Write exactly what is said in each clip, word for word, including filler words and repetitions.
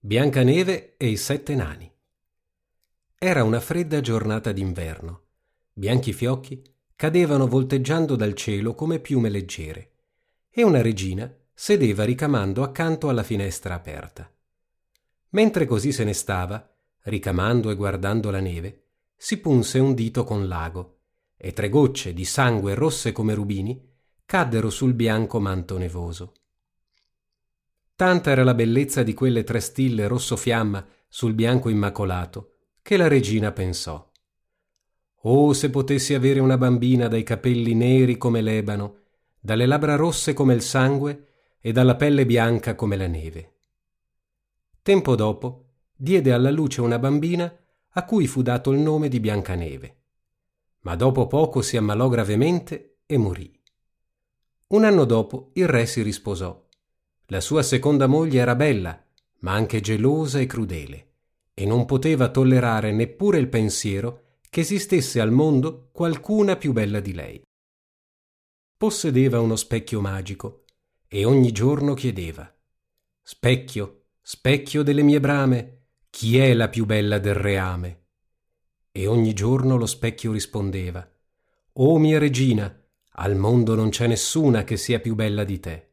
Biancaneve e i sette nani. Era una fredda giornata d'inverno. Bianchi fiocchi cadevano volteggiando dal cielo come piume leggere, e una regina sedeva ricamando accanto alla finestra aperta. Mentre così se ne stava, ricamando e guardando la neve, si punse un dito con l'ago, e tre gocce di sangue rosse come rubini caddero sul bianco manto nevoso. Tanta era la bellezza di quelle tre stille rosso fiamma sul bianco immacolato, che la regina pensò: «Oh, se potessi avere una bambina dai capelli neri come l'ebano, dalle labbra rosse come il sangue e dalla pelle bianca come la neve». Tempo dopo diede alla luce una bambina a cui fu dato il nome di Biancaneve, ma dopo poco si ammalò gravemente e morì. Un anno dopo il re si risposò. La sua seconda moglie era bella, ma anche gelosa e crudele, e non poteva tollerare neppure il pensiero che esistesse al mondo qualcuna più bella di lei. Possedeva uno specchio magico e ogni giorno chiedeva: «Specchio, specchio delle mie brame, chi è la più bella del reame?» E ogni giorno lo specchio rispondeva: «O mia regina, al mondo non c'è nessuna che sia più bella di te».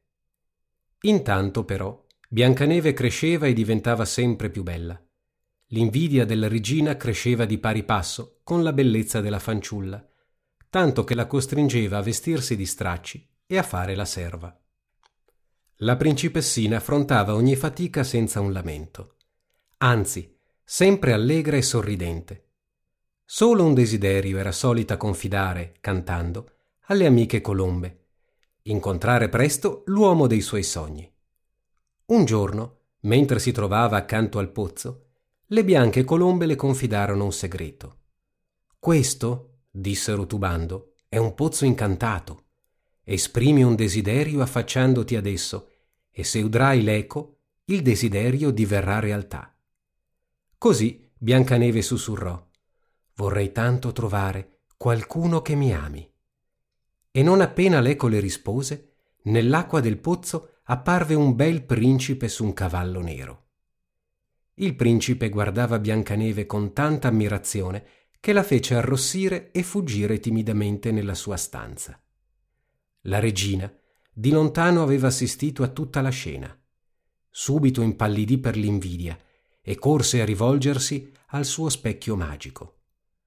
Intanto però Biancaneve cresceva e diventava sempre più bella. L'invidia della regina cresceva di pari passo con la bellezza della fanciulla, tanto che la costringeva a vestirsi di stracci e a fare la serva. La principessina affrontava ogni fatica senza un lamento, anzi, sempre allegra e sorridente. Solo un desiderio era solita confidare, cantando, alle amiche colombe: incontrare presto l'uomo dei suoi sogni. Un giorno, mentre si trovava accanto al pozzo, le bianche colombe le confidarono un segreto. «Questo», dissero tubando, «è un pozzo incantato. Esprimi un desiderio affacciandoti ad esso, e se udrai l'eco, il desiderio diverrà realtà». Così Biancaneve sussurrò: «Vorrei tanto trovare qualcuno che mi ami». E non appena l'eco le rispose, nell'acqua del pozzo apparve un bel principe su un cavallo nero. Il principe guardava Biancaneve con tanta ammirazione che la fece arrossire e fuggire timidamente nella sua stanza. La regina di lontano aveva assistito a tutta la scena. Subito impallidì per l'invidia e corse a rivolgersi al suo specchio magico.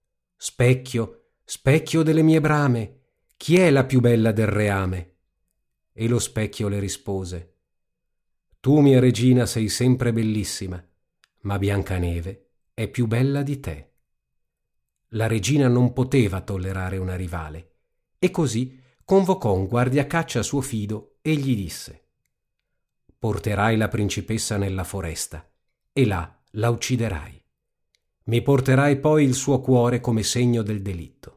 «Specchio, specchio delle mie brame, chi è la più bella del reame?» E lo specchio le rispose: «Tu, mia regina, sei sempre bellissima, ma Biancaneve è più bella di te». La regina non poteva tollerare una rivale e così convocò un guardiacaccia a suo fido e gli disse: «Porterai la principessa nella foresta e là la ucciderai. Mi porterai poi il suo cuore come segno del delitto».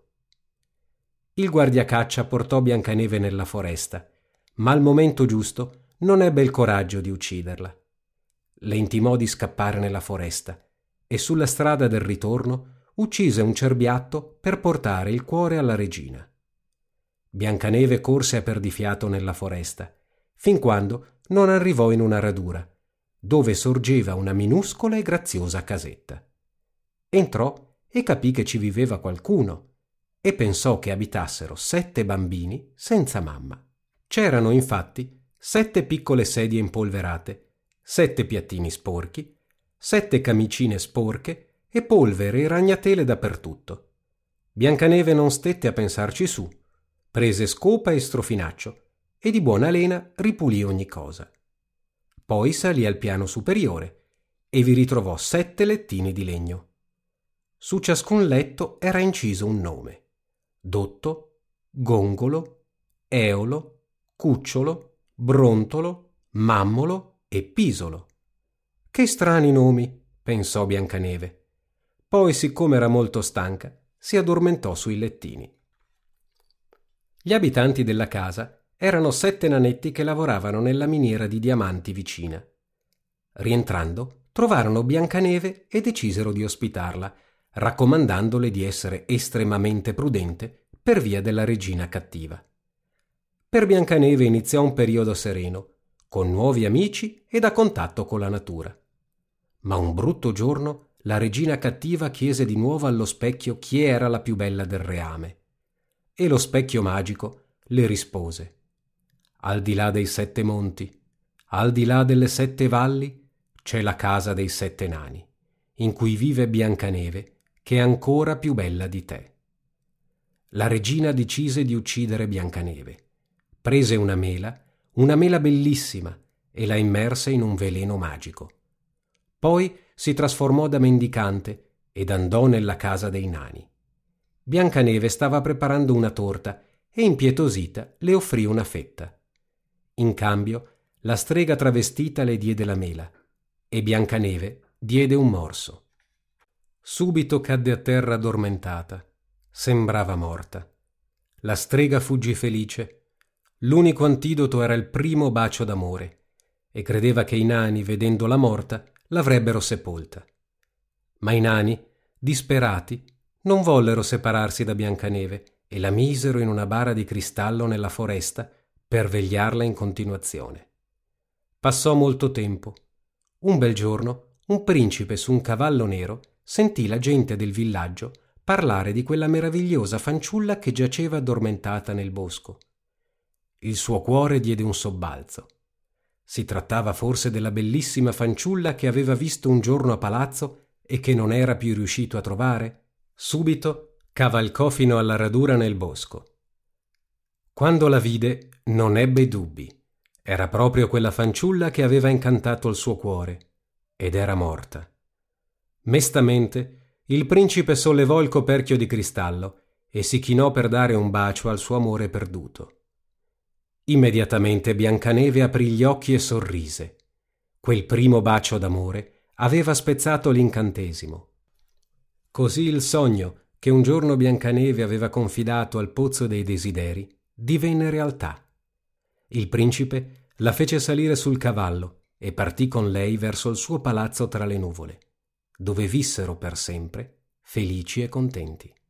Il guardiacaccia portò Biancaneve nella foresta, ma al momento giusto non ebbe il coraggio di ucciderla. Le intimò di scappare nella foresta e sulla strada del ritorno uccise un cerbiatto per portare il cuore alla regina. Biancaneve corse a perdifiato nella foresta, fin quando non arrivò in una radura, dove sorgeva una minuscola e graziosa casetta. Entrò e capì che ci viveva qualcuno, e pensò che abitassero sette bambini senza mamma. C'erano infatti sette piccole sedie impolverate, sette piattini sporchi, sette camicine sporche e polvere e ragnatele dappertutto. Biancaneve non stette a pensarci su, prese scopa e strofinaccio e di buona lena ripulì ogni cosa. Poi salì al piano superiore e vi ritrovò sette lettini di legno. Su ciascun letto era inciso un nome: Dotto, Gongolo, Eolo, Cucciolo, Brontolo, Mammolo e Pisolo. «Che strani nomi», pensò Biancaneve. Poi, siccome era molto stanca, si addormentò sui lettini. Gli abitanti della casa erano sette nanetti che lavoravano nella miniera di diamanti vicina. Rientrando, trovarono Biancaneve e decisero di ospitarla, raccomandandole di essere estremamente prudente per via della regina cattiva. Per Biancaneve iniziò un periodo sereno, con nuovi amici ed a contatto con la natura. Ma un brutto giorno la regina cattiva chiese di nuovo allo specchio chi era la più bella del reame. E lo specchio magico le rispose: al di là dei sette monti, al di là delle sette valli, c'è la casa dei sette nani, in cui vive Biancaneve, che è ancora più bella di te. La regina decise di uccidere Biancaneve. Prese una mela, una mela bellissima, e la immerse in un veleno magico. Poi si trasformò da mendicante ed andò nella casa dei nani. Biancaneve stava preparando una torta e, impietosita, le offrì una fetta. In cambio, la strega travestita le diede la mela e Biancaneve diede un morso. Subito cadde a terra addormentata. Sembrava morta. La strega fuggì felice. L'unico antidoto era il primo bacio d'amore e credeva che i nani, vedendola morta, l'avrebbero sepolta. Ma i nani, disperati, non vollero separarsi da Biancaneve e la misero in una bara di cristallo nella foresta per vegliarla in continuazione. Passò molto tempo. Un bel giorno, un principe su un cavallo nero sentì la gente del villaggio parlare di quella meravigliosa fanciulla che giaceva addormentata nel bosco. Il suo cuore diede un sobbalzo. Si trattava forse della bellissima fanciulla che aveva visto un giorno a palazzo e che non era più riuscito a trovare? Subito cavalcò fino alla radura nel bosco. Quando la vide, non ebbe dubbi. Era proprio quella fanciulla che aveva incantato il suo cuore, ed era morta. Mestamente, il principe sollevò il coperchio di cristallo e si chinò per dare un bacio al suo amore perduto. Immediatamente Biancaneve aprì gli occhi e sorrise. Quel primo bacio d'amore aveva spezzato l'incantesimo. Così il sogno che un giorno Biancaneve aveva confidato al pozzo dei desideri divenne realtà. Il principe la fece salire sul cavallo e partì con lei verso il suo palazzo tra le nuvole, dove vissero per sempre, felici e contenti.